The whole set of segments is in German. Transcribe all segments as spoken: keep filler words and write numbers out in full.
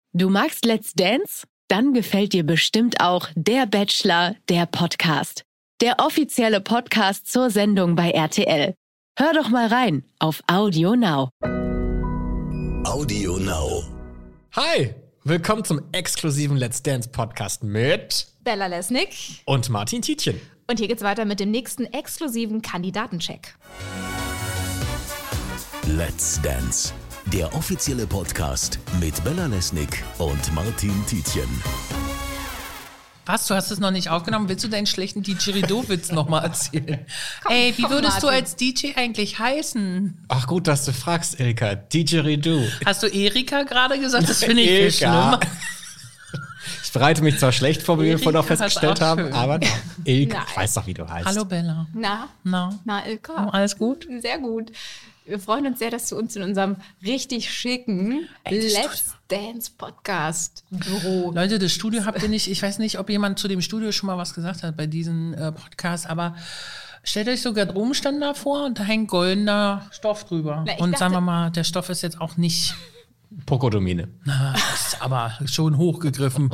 Du magst Let's Dance? Dann gefällt dir bestimmt auch Der Bachelor, der Podcast. Der offizielle Podcast zur Sendung bei R T L. Hör doch mal rein auf Audio Now. Audio Now. Hi, willkommen zum exklusiven Let's Dance Podcast mit Bella Lesnick und Martin Tietjen. Und hier geht's weiter mit dem nächsten exklusiven Kandidatencheck. Let's Dance, der offizielle Podcast mit Bella Lesnick und Martin Tietjen. Was, du hast es noch nicht aufgenommen? Willst du deinen schlechten Didgeridoo-Witz nochmal erzählen? Komm, Ey, wie komm, würdest Martin. du als D J eigentlich heißen? Ach gut, dass du fragst, Ilka. Didgeridoo. Hast du Erika gerade gesagt? Das finde ich viel Ilka. schlimmer. Ich bereite mich zwar schlecht vor, wie wir Erika vorhin auch ist festgestellt auch haben, schön. aber Ilka, Nein. ich weiß doch, wie du heißt. Hallo Bella. Na, Na, na Ilka. Oh, alles gut? Sehr gut. Wir freuen uns sehr, dass du uns in unserem richtig schicken Ey, das Let's Dance Podcast Büro. Leute, das Studio habt ihr nicht, ich weiß nicht, ob jemand zu dem Studio schon mal was gesagt hat bei diesem äh, Podcast, aber stellt euch so Garderobenständer vor und da hängt goldener Stoff drüber. Na, ich und dachte- sagen wir mal, der Stoff ist jetzt auch nicht, Pokodomine. na, ist aber schon hochgegriffen.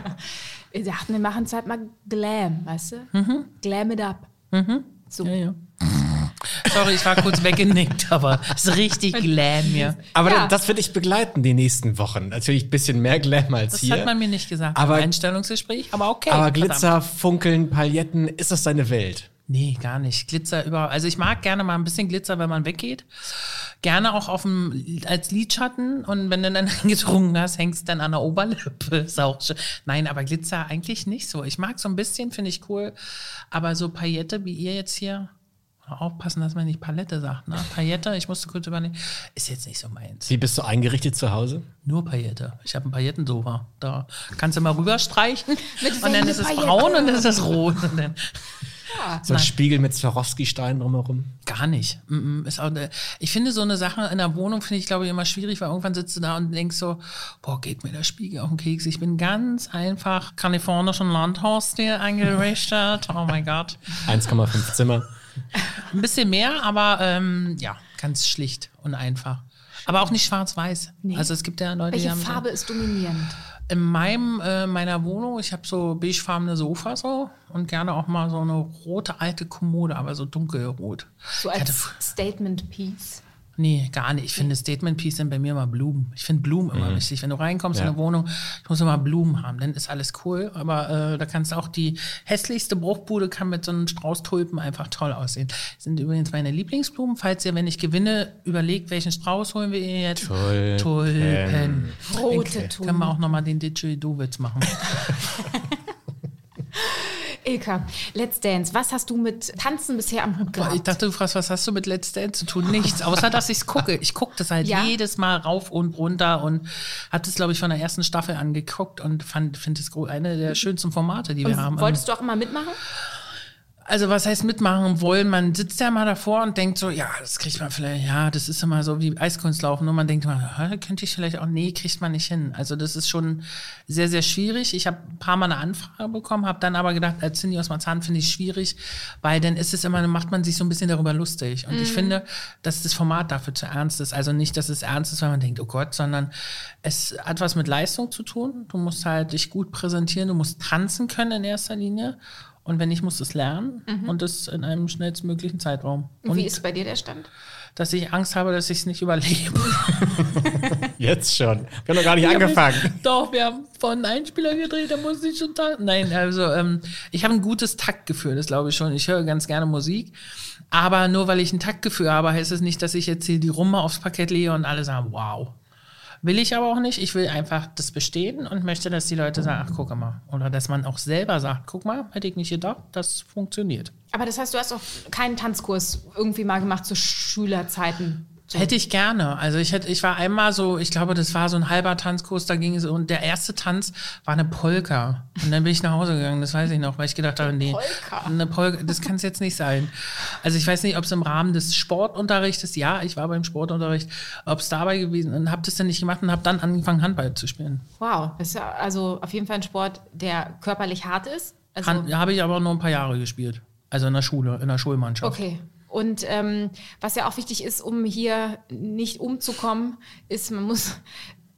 Wir dachten, wir machen es halt mal Glam, weißt du? Mhm. Glam it up. So. Ja, ja. Sorry, ich war kurz weggenickt, aber es ist richtig Glam hier. Aber Ja. das wird dich begleiten die nächsten Wochen. Natürlich ein bisschen mehr Glam als Das hier. hat man mir nicht gesagt Aber- im Einstellungsgespräch, aber okay. aber verdammt. Glitzer, Funkeln, Pailletten, ist das deine Welt? Nee, gar nicht. Glitzer überall. Also ich mag gerne mal ein bisschen Glitzer, wenn man weggeht. Gerne auch auf dem, als Lidschatten. Und wenn du dann getrunken hast, hängst dann an der Oberlippe. Ist auch schön. Nein, aber Glitzer eigentlich nicht so. Ich mag so ein bisschen, finde ich cool. Aber so Paillette, wie ihr jetzt hier, aufpassen, dass man nicht Palette sagt. Ne? Paillette, ich musste kurz überlegen, ist jetzt nicht so meins. Wie bist du eingerichtet zu Hause? Nur Paillette. Ich habe ein Paillettensofa. Da kannst du mal rüberstreichen. Mit Und dann welchen ist es Pailletten? braun und dann ist es rot. Und dann So ein Spiegel mit Swarovski-Steinen drumherum? Gar nicht. Mm, mm, Ist auch, ne- ich finde so eine Sache in der Wohnung, finde ich, glaube ich, immer schwierig, weil irgendwann sitzt du da und denkst so, boah, geht mir der Spiegel auf den Keks. Ich bin ganz einfach kalifornischen Landhausstil eingerichtet. Oh mein Gott. eins Komma fünf Zimmer. Ein bisschen mehr, aber ähm, ja, ganz schlicht und einfach. Aber auch nicht schwarz-weiß. Nee. Also es gibt ja Leute, die Welche haben Farbe ist dominierend? in meinem, äh, meiner Wohnung, ich habe so beigefarbene Sofa so und gerne auch mal so eine rote alte Kommode, aber so dunkelrot. So Ich hatte als Statement Piece. Nee, gar nicht. Ich finde Statement Piece sind bei mir immer Blumen. Ich finde Blumen immer wichtig. Wenn du reinkommst Ja. in eine Wohnung, ich muss immer Blumen haben, dann ist alles cool. Aber äh, da kannst du auch die hässlichste Bruchbude kann mit so einem Strauß Tulpen einfach toll aussehen. Das sind übrigens meine Lieblingsblumen. Falls ihr, wenn ich gewinne, überlegt, welchen Strauß holen wir ihr jetzt? Tulpen. Tulpen. Rote Dann Tulpen. können wir auch nochmal den Didgeridoo-Witz machen. Ilka, Let's Dance. Was hast du mit Tanzen bisher am Hut Boah, gehabt? ich dachte, du fragst, was hast du mit Let's Dance zu tun? Nichts, außer dass ich es gucke. Ich gucke das halt Ja? jedes Mal rauf und runter und habe das, glaube ich, von der ersten Staffel angeguckt und finde es eine der schönsten Formate, die wir haben. Und wolltest du auch immer mitmachen? Also was heißt mitmachen wollen? Man sitzt ja mal davor und denkt so, ja, das kriegt man vielleicht, ja, das ist immer so wie Eiskunstlaufen. Und man denkt mal, ja, könnte ich vielleicht auch, nee, kriegt man nicht hin. Also das ist schon sehr, sehr schwierig. Ich habe ein paar Mal eine Anfrage bekommen, habe dann aber gedacht, als Cindy aus Marzahn finde ich schwierig, weil dann ist es immer, dann macht man sich so ein bisschen darüber lustig. Und ich finde, dass das Format dafür zu ernst ist. Also nicht, dass es ernst ist, weil man denkt, oh Gott, sondern es hat was mit Leistung zu tun. Du musst halt dich gut präsentieren, du musst tanzen können in erster Linie. Und wenn nicht, musst du es lernen und das in einem schnellstmöglichen Zeitraum. Und Und wie ist bei dir der Stand? dass ich Angst habe, dass ich es nicht überlebe. Jetzt schon. Wir haben noch gar nicht angefangen. Doch, wir haben von einem Einspieler gedreht, da musste ich schon tanzen. Nein, also ähm, ich habe ein gutes Taktgefühl, das glaube ich schon. Ich höre ganz gerne Musik. Aber nur weil ich ein Taktgefühl habe, heißt es nicht, dass ich jetzt hier die Rumme aufs Parkett lege und alle sagen, wow. Will ich aber auch nicht. Ich will einfach das bestehen und möchte, dass die Leute sagen, ach, guck mal. Oder dass man auch selber sagt, guck mal, hätte ich nicht gedacht, das funktioniert. Aber das heißt, du hast auch keinen Tanzkurs irgendwie mal gemacht zu Schülerzeiten? So. Hätte ich gerne. Also ich hätte, ich war einmal so, ich glaube, das war so ein halber Tanzkurs, da ging es, und der erste Tanz war eine Polka. Und dann bin ich nach Hause gegangen, das weiß ich noch, weil ich gedacht habe, nee, Polka? eine Polka, das kann es jetzt nicht sein. Also ich weiß nicht, ob es im Rahmen des Sportunterrichtes, ja, ich war beim Sportunterricht, ob es dabei gewesen, und habe das dann nicht gemacht und habe dann angefangen, Handball zu spielen. Wow, das ist ja also auf jeden Fall ein Sport, der körperlich hart ist. Also, Hand, habe ich aber nur ein paar Jahre gespielt. Also in der Schule, in der Schulmannschaft. okay. Und ähm, was ja auch wichtig ist, um hier nicht umzukommen, ist, man muss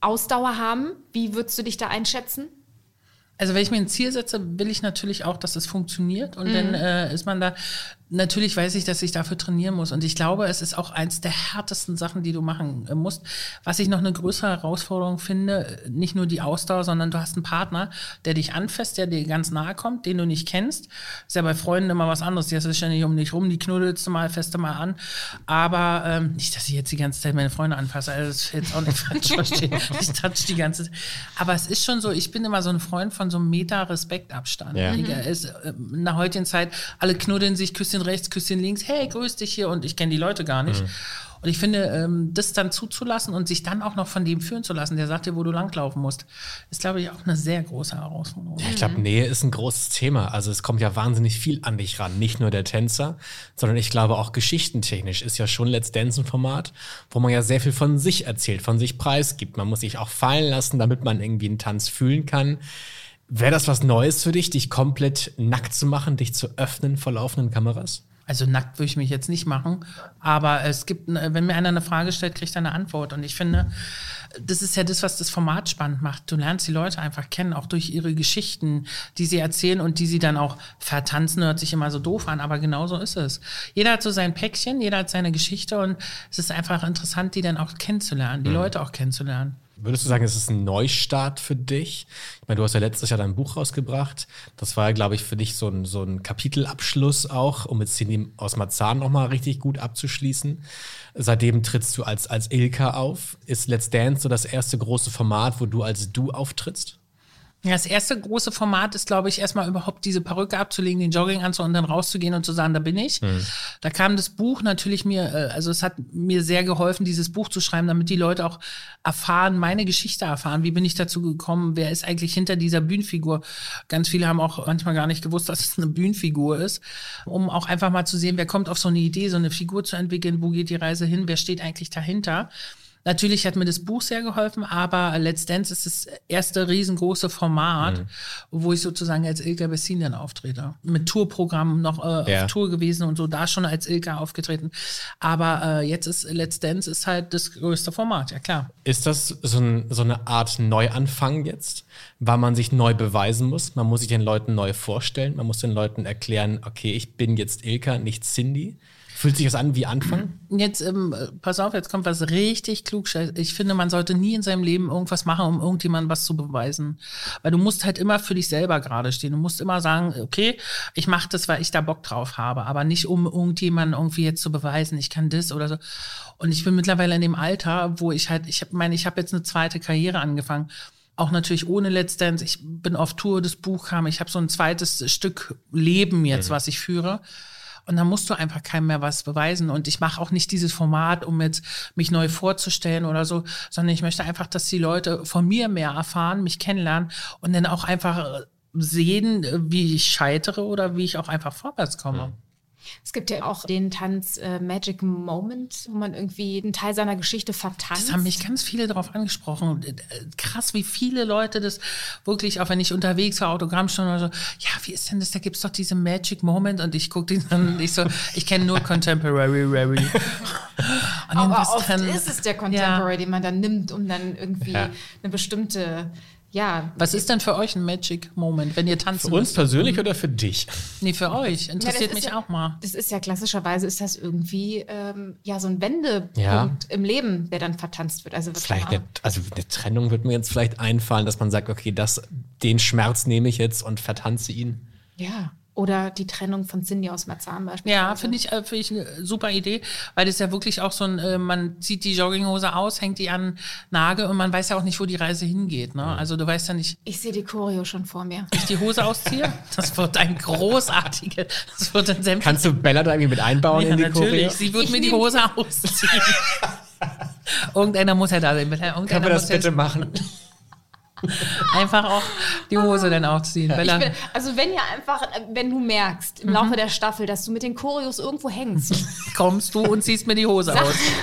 Ausdauer haben? Wie würdest du dich da einschätzen? Also wenn ich mir ein Ziel setze, will ich natürlich auch, dass es funktioniert. Und Mhm. dann äh, ist man da, natürlich weiß ich, dass ich dafür trainieren muss. Und ich glaube, es ist auch eins der härtesten Sachen, die du machen äh, musst. Was ich noch eine größere Herausforderung finde, nicht nur die Ausdauer, sondern du hast einen Partner, der dich anfasst, der dir ganz nahe kommt, den du nicht kennst. Ist ja bei Freunden immer was anderes. Die hast du ständig um dich rum, die knuddelst du mal, fest du mal an. Aber ähm, nicht, dass ich jetzt die ganze Zeit meine Freunde anfasse. Also das ist jetzt auch nicht falsch verstehen. Ich touch die ganze Zeit. Aber es ist schon so, ich bin immer so ein Freund von so einem Meter Respektabstand. Ja. Mhm. Ist, äh, in der heutigen Zeit, alle knuddeln sich, Küsschen rechts, Küsschen links, hey, grüß dich hier, und ich kenne die Leute gar nicht. Mhm. Und ich finde, ähm, das dann zuzulassen und sich dann auch noch von dem führen zu lassen, der sagt dir, wo du langlaufen musst, ist, glaube ich, auch eine sehr große Herausforderung. Ja, ich glaube, Nähe ist ein großes Thema. Also es kommt ja wahnsinnig viel an dich ran. Nicht nur der Tänzer, sondern ich glaube auch geschichtentechnisch ist ja schon Let's Dance ein Format, wo man ja sehr viel von sich erzählt, von sich preisgibt. Man muss sich auch fallen lassen, damit man irgendwie einen Tanz fühlen kann. Wäre das was Neues für dich, dich komplett nackt zu machen, dich zu öffnen vor laufenden Kameras? Also nackt würde ich mich jetzt nicht machen, aber es gibt, wenn mir einer eine Frage stellt, kriegt er eine Antwort. Und ich finde, das ist ja das, was das Format spannend macht. Du lernst die Leute einfach kennen, auch durch ihre Geschichten, die sie erzählen und die sie dann auch vertanzen, hört sich immer so doof an, aber genau so ist es. Jeder hat so sein Päckchen, jeder hat seine Geschichte und es ist einfach interessant, die dann auch kennenzulernen, die mhm. Leute auch kennenzulernen. Würdest du sagen, es ist ein Neustart für dich? Ich meine, du hast ja letztes Jahr dein Buch rausgebracht. Das war ja, glaube ich, für dich so ein, so ein Kapitelabschluss auch, um mit Cindy aus Marzahn nochmal richtig gut abzuschließen. Seitdem trittst du als, als Ilka auf. Ist Let's Dance so das erste große Format, wo du als du auftrittst? Ja, das erste große Format ist, glaube ich, erstmal überhaupt diese Perücke abzulegen, den Jogginganzug und dann rauszugehen und zu sagen, da bin ich. Mhm. Da kam das Buch natürlich mir, also es hat mir sehr geholfen, dieses Buch zu schreiben, damit die Leute auch erfahren, meine Geschichte erfahren. Wie bin ich dazu gekommen? Wer ist eigentlich hinter dieser Bühnenfigur? Ganz viele haben auch manchmal gar nicht gewusst, dass es eine Bühnenfigur ist, um auch einfach mal zu sehen, wer kommt auf so eine Idee, so eine Figur zu entwickeln, wo geht die Reise hin, wer steht eigentlich dahinter? Natürlich hat mir das Buch sehr geholfen, aber Let's Dance ist das erste riesengroße Format, mhm. wo ich sozusagen als Ilka Bessin dann auftrete. Mit Tourprogramm noch äh, ja. auf Tour gewesen und so, da schon als Ilka aufgetreten. Aber äh, jetzt ist Let's Dance ist halt das größte Format, ja klar. Ist das so, ein, so eine Art Neuanfang jetzt, weil man sich neu beweisen muss? Man muss sich den Leuten neu vorstellen, man muss den Leuten erklären, okay, ich bin jetzt Ilka, nicht Cindy. Fühlt sich das an wie Anfang? Jetzt, ähm, pass auf, jetzt kommt was richtig klug. Ich finde, man sollte nie in seinem Leben irgendwas machen, um irgendjemandem was zu beweisen. Weil du musst halt immer für dich selber gerade stehen. Du musst immer sagen, okay, ich mache das, weil ich da Bock drauf habe, aber nicht, um irgendjemanden irgendwie jetzt zu beweisen, ich kann das oder so. Und ich bin mittlerweile in dem Alter, wo ich halt, ich meine, ich habe jetzt eine zweite Karriere angefangen. Auch natürlich ohne Let's Dance. Ich bin auf Tour, das Buch kam. Ich habe so ein zweites Stück Leben jetzt, mhm. was ich führe. Und dann musst du einfach keinem mehr was beweisen. Und ich mache auch nicht dieses Format, um jetzt mich neu vorzustellen oder so, sondern ich möchte einfach, dass die Leute von mir mehr erfahren, mich kennenlernen und dann auch einfach sehen, wie ich scheitere oder wie ich auch einfach vorwärts komme. Mhm. Es gibt ja auch den Tanz äh, Magic Moment, wo man irgendwie einen Teil seiner Geschichte vertanzt. Das haben mich ganz viele darauf angesprochen. Krass, wie viele Leute das wirklich, auch wenn ich unterwegs war, Autogrammstunde oder so, ja, wie ist denn das? Da gibt's doch diese Magic Moment und ich gucke die dann und ich so, ich kenne nur Contemporary. Rary. Aber oft dann, ist es der Contemporary, ja. den man dann nimmt, um dann irgendwie ja. eine bestimmte... Ja. Was ist denn für euch ein Magic Moment, wenn ihr tanzen Für uns müsst? persönlich oder für dich? Nee, für euch. Interessiert ja, mich ja, auch mal. Das ist ja klassischerweise, ist das irgendwie ähm, ja so ein Wendepunkt ja. im Leben, der dann vertanzt wird. Also, vielleicht eine, also eine Trennung wird mir jetzt vielleicht einfallen, dass man sagt, okay, das, den Schmerz nehme ich jetzt und vertanze ihn. Ja. Oder die Trennung von Cindy aus Marzahn beispielsweise. Ja, finde ich, äh, find ich eine super Idee, weil das ja wirklich auch so ein, äh, man zieht die Jogginghose aus, hängt die an Nagel und man weiß ja auch nicht, wo die Reise hingeht. Ne? Also du weißt ja nicht. Ich sehe die Choreo schon vor mir. Ich die Hose ausziehe? Das wird ein großartiges, das wird ein sämtliches. Kannst du Bella da irgendwie mit einbauen ja, in die natürlich. Choreo? Sie wird ich mir die Hose ausziehen. Irgendeiner muss ja da sein. Irgendeiner Können wir das bitte jetzt machen? Einfach auch die Hose dann aufziehen. Ja. Bin, also wenn ihr einfach, wenn du merkst im mhm. Laufe der Staffel, dass du mit den Choreos irgendwo hängst, kommst du und ziehst mir die Hose sag, aus.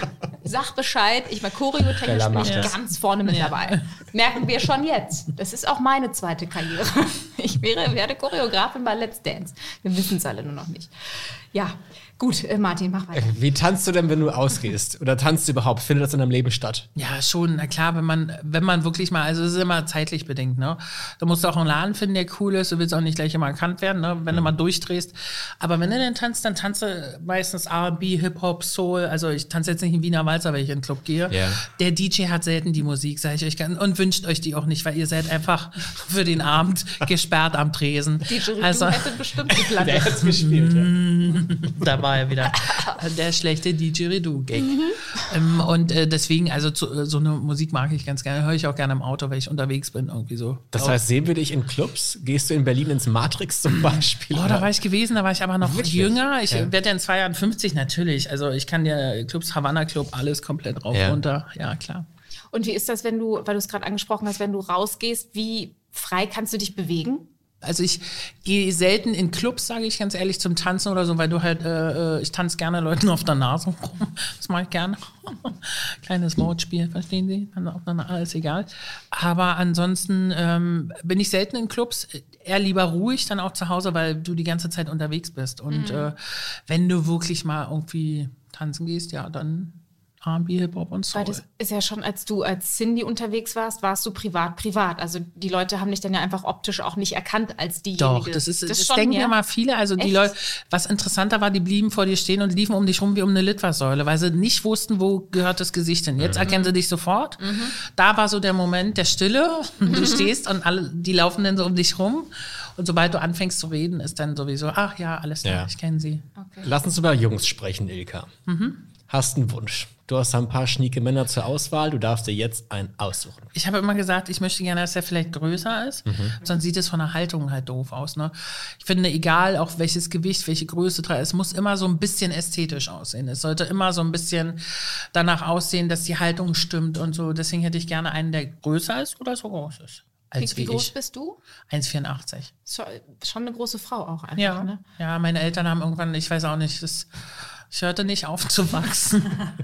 Sag Bescheid. Ich meine, choreotechnisch bin ich das. ganz vorne mit ja. dabei. Merken wir schon jetzt. Das ist auch meine zweite Karriere. Ich wäre, werde Choreografin bei Let's Dance. Wir wissen es alle nur noch nicht. Ja, gut, äh, Martin, mach weiter. Wie tanzt du denn, wenn du ausgehst? Oder tanzt du überhaupt? Findet das in deinem Leben statt? Ja, schon. Na klar, wenn man, wenn man wirklich mal, also es ist immer zeitlich bedingt, ne? Du musst auch einen Laden finden, der cool ist. Du willst auch nicht gleich immer erkannt werden, ne? Wenn mhm. du mal durchdrehst. Aber wenn du dann tanzt, dann tanze meistens R and B, Hip-Hop, Soul. Also ich tanze jetzt nicht in Wiener Walzer, wenn ich in den Club gehe. Yeah. Der D J hat selten die Musik, sage ich euch gerne. Und wünscht euch die auch nicht, weil ihr seid einfach für den Abend gesperrt am Tresen. D J also, hätte bestimmt die Platte. Der hat's gespielt, ja. Da war er wieder der schlechte D J Redu-Gag. Mhm. Ähm, und äh, deswegen, also zu, so eine Musik mag ich ganz gerne. Höre ich auch gerne im Auto, wenn ich unterwegs bin. Irgendwie so. Das heißt, sehen wir dich in Clubs? Gehst du in Berlin ins Matrix zum Beispiel? Oh, da war ich gewesen, da war ich aber noch Wirklich? jünger. Ich ja. werde ja in zwei Jahren fünfzig natürlich. Also ich kann dir Clubs, Havanna Club, alles komplett rauf, ja. runter. Ja, klar. Und wie ist das, wenn du, weil du es gerade angesprochen hast, wenn du rausgehst, wie frei kannst du dich bewegen? Also ich gehe selten in Clubs, sage ich ganz ehrlich, zum Tanzen oder so, weil du halt, äh, ich tanze gerne Leuten auf der Nase rum. Das mache ich gerne. Kleines Wortspiel, verstehen Sie? Dann auf der Nase, alles egal. Aber ansonsten ähm, bin ich selten in Clubs, eher lieber ruhig dann auch zu Hause, weil du die ganze Zeit unterwegs bist. Und mhm. äh, wenn du wirklich mal irgendwie tanzen gehst, ja, dann R and B, Hip-Hop und Soul. Weil das ist ja schon, als du als Cindy unterwegs warst, warst du privat, privat. Also die Leute haben dich dann ja einfach optisch auch nicht erkannt als diejenige. Doch, das ist, das, das schon, denken ja mal viele. Also Echt? die Leute, was interessanter war, die blieben vor dir stehen und liefen um dich rum wie um eine Litfaßsäule, weil sie nicht wussten, wo gehört das Gesicht hin. Jetzt mhm. erkennen sie dich sofort. Mhm. Da war so der Moment der Stille. Du stehst und alle, die laufen dann so um dich rum. Und sobald du anfängst zu reden, ist dann sowieso, ach ja, alles klar, ja. ich kenne sie. Okay. Lass uns über Jungs sprechen, Ilka. Mhm. Hast einen Wunsch. Du hast ein paar schnieke Männer zur Auswahl. Du darfst dir jetzt einen aussuchen. Ich habe immer gesagt, ich möchte gerne, dass er vielleicht größer ist. Mhm. Sonst sieht es von der Haltung halt doof aus. Ne? Ich finde, egal auch welches Gewicht, welche Größe, es muss immer so ein bisschen ästhetisch aussehen. Es sollte immer so ein bisschen danach aussehen, dass die Haltung stimmt und so. Deswegen hätte ich gerne einen, der größer ist oder so groß ist. Als wie, wie groß ich. bist du? eins Komma vierundachtzig. Schon eine große Frau auch einfach, ja. ne? Ja, meine Eltern haben irgendwann, ich weiß auch nicht, das... Ich hörte nicht auf zu wachsen.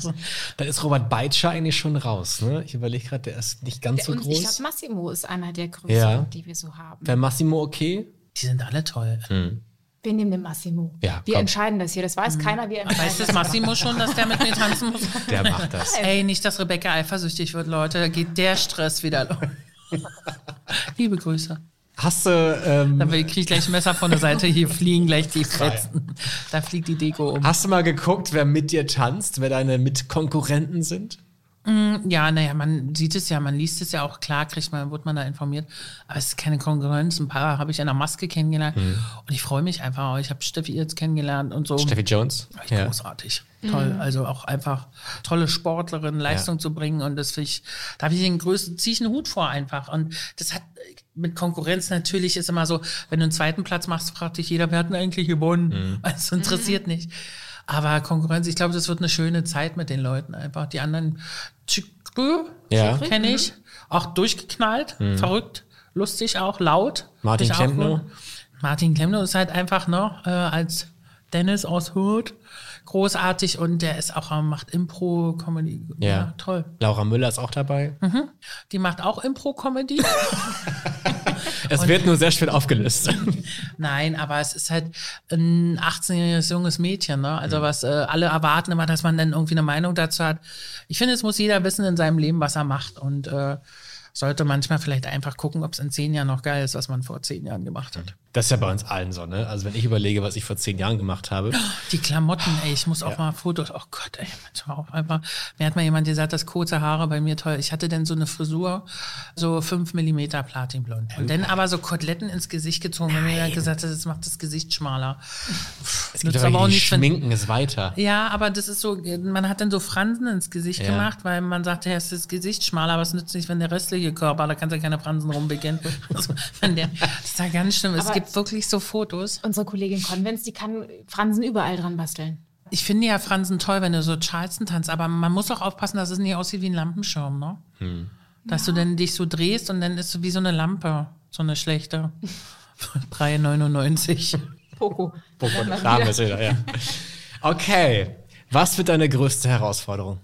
Da ist Robert Beitscher eigentlich schon raus. Ne? Ich überlege gerade, der ist nicht ganz der, so groß. Ich glaube, Massimo ist einer der größeren, ja. die wir so haben. Wäre Massimo okay? Die sind alle toll. Hm. Wir nehmen den Massimo. Ja, wir komm. entscheiden das hier. Das weiß hm. keiner. Wir weiß das Massimo schon, dass der mit mir tanzen muss? Der macht das. Ey, nicht, dass Rebecca eifersüchtig wird, Leute. Da geht der Stress wieder los. Liebe Grüße. Hast du... Ähm, Dann krieg ich gleich ein Messer von der Seite, hier fliegen gleich die Fetzen. Da fliegt die Deko um. Hast du mal geguckt, wer mit dir tanzt, wer deine Mitkonkurrenten sind? Mm, ja, naja, man sieht es ja, man liest es ja auch, klar, kriegt man, wird man da informiert. Aber es ist keine Konkurrenz. Ein paar habe ich in der Maske kennengelernt. Mhm. Und ich freue mich einfach. Ich habe Steffi jetzt kennengelernt und so. Steffi Jones? Ja. Großartig. Toll. Mhm. Also auch einfach tolle Sportlerin, Leistung ja. zu bringen. Und das ich, da habe ich den größten, ziehe ich einen Hut vor einfach. Und das hat mit Konkurrenz natürlich ist immer so, wenn du einen zweiten Platz machst, fragt dich jeder, wer hat denn eigentlich gewonnen? Mhm. Also interessiert mhm. nicht. Aber Konkurrenz, ich glaube, das wird eine schöne Zeit mit den Leuten einfach. Die anderen ja. kenne ich. Auch durchgeknallt, mhm. verrückt, lustig auch, laut. Martin Klempno. Martin Klempno ist halt einfach noch äh, als Dennis aus Hürth großartig und der ist auch, macht Impro-Comedy. Ja. ja, toll. Laura Müller ist auch dabei. Mhm. Die macht auch Impro-Comedy. Es und wird nur sehr schön aufgelöst. Nein, aber es ist halt ein achtzehnjähriges junges Mädchen, ne? Also mhm. was äh, alle erwarten immer, dass man dann irgendwie eine Meinung dazu hat. Ich finde, es muss jeder wissen in seinem Leben, was er macht und äh, sollte manchmal vielleicht einfach gucken, ob es in zehn Jahren noch geil ist, was man vor zehn Jahren gemacht hat. Das ist ja bei uns allen so, ne? Also wenn ich überlege, was ich vor zehn Jahren gemacht habe. Die Klamotten, ey, ich muss auch ja. mal Fotos, oh Gott, ey, manchmal auch einfach. Mir hat mal jemand gesagt, dass kurze Haare bei mir toll. Ich hatte dann so eine Frisur, so fünf Millimeter Platinblond. Und dann aber so Koteletten ins Gesicht gezogen, wenn mir gesagt hat, das macht das Gesicht schmaler. Es gibt aber auch nicht, Schminken ist weiter. Ja, aber das ist so, man hat dann so Fransen ins Gesicht ja. gemacht, weil man sagte, ja, es ist das Gesicht schmaler, aber es nützt nicht, wenn der restliche Körper, da kannst du ja keine Fransen rumbeginnen. Also, wenn der, das ist ja ganz schlimm. Es aber gibt wirklich so Fotos. Unsere Kollegin Konvenz, die kann Fransen überall dran basteln. Ich finde ja Fransen toll, wenn du so Charleston tanzt, aber man muss auch aufpassen, dass es nicht aussieht wie ein Lampenschirm, ne? Hm. Dass ja. du dann dich so drehst und dann ist so wie so eine Lampe, so eine schlechte. drei neunundneunzig. Poco. Poco, da haben wir es wieder, ja. Okay, was wird deine größte Herausforderung?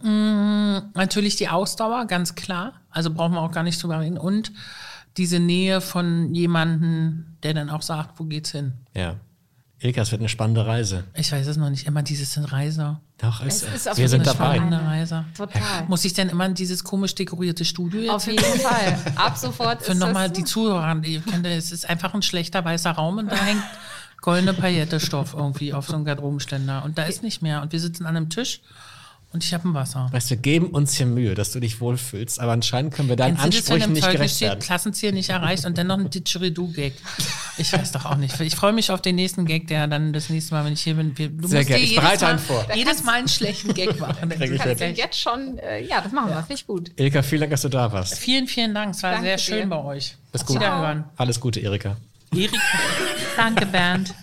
Natürlich die Ausdauer, ganz klar. Also brauchen wir auch gar nicht drüber reden. Und diese Nähe von jemandem, der dann auch sagt, wo geht's hin? Ja. Ilka, es wird eine spannende Reise. Ich weiß es noch nicht. Immer dieses sind Reiser. Doch, ist, Es ist auf wir jeden sind Fall dabei. Eine Reise. Total. Muss ich denn immer in dieses komisch dekorierte Studio jetzt? Auf jeden Fall. Ab sofort Für ist nochmal das die Zuhörer, ihr kennt, es ist einfach ein schlechter weißer Raum und da hängt goldene Paillettestoff irgendwie auf so einem Garderobenständer. Und da ist nicht mehr. Und wir sitzen an einem Tisch und ich habe ein Wasser. Weißt du, wir geben uns hier Mühe, dass du dich wohlfühlst, aber anscheinend können wir deinen Kennst du das, wenn Ansprüchen im nicht Zeugnis gerecht steht, werden. Klassenziel nicht erreicht und dann noch ein Didgeridoo-Gag. Ich weiß doch auch nicht. Ich freue mich auf den nächsten Gag, der dann das nächste Mal, wenn ich hier bin. Wir, du Sehr musst gerne. dir Ich jedes bereite Mal, einen vor. Jedes Mal einen schlechten Gag machen. Krieg ich Du kannst ja mit. jetzt schon, äh, ja, das machen wir, finde ich gut. Ilka, vielen Dank, dass du da warst. Vielen, vielen Dank. Es war Danke sehr dir. schön bei euch. Bis Auf gut. Wiederhören. Alles Gute, Erika. Erik. Danke, Bernd.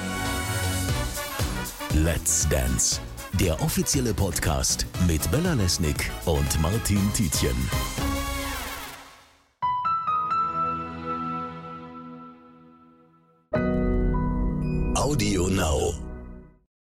Let's Dance, der offizielle Podcast mit Bella Lesnick und Martin Tietjen.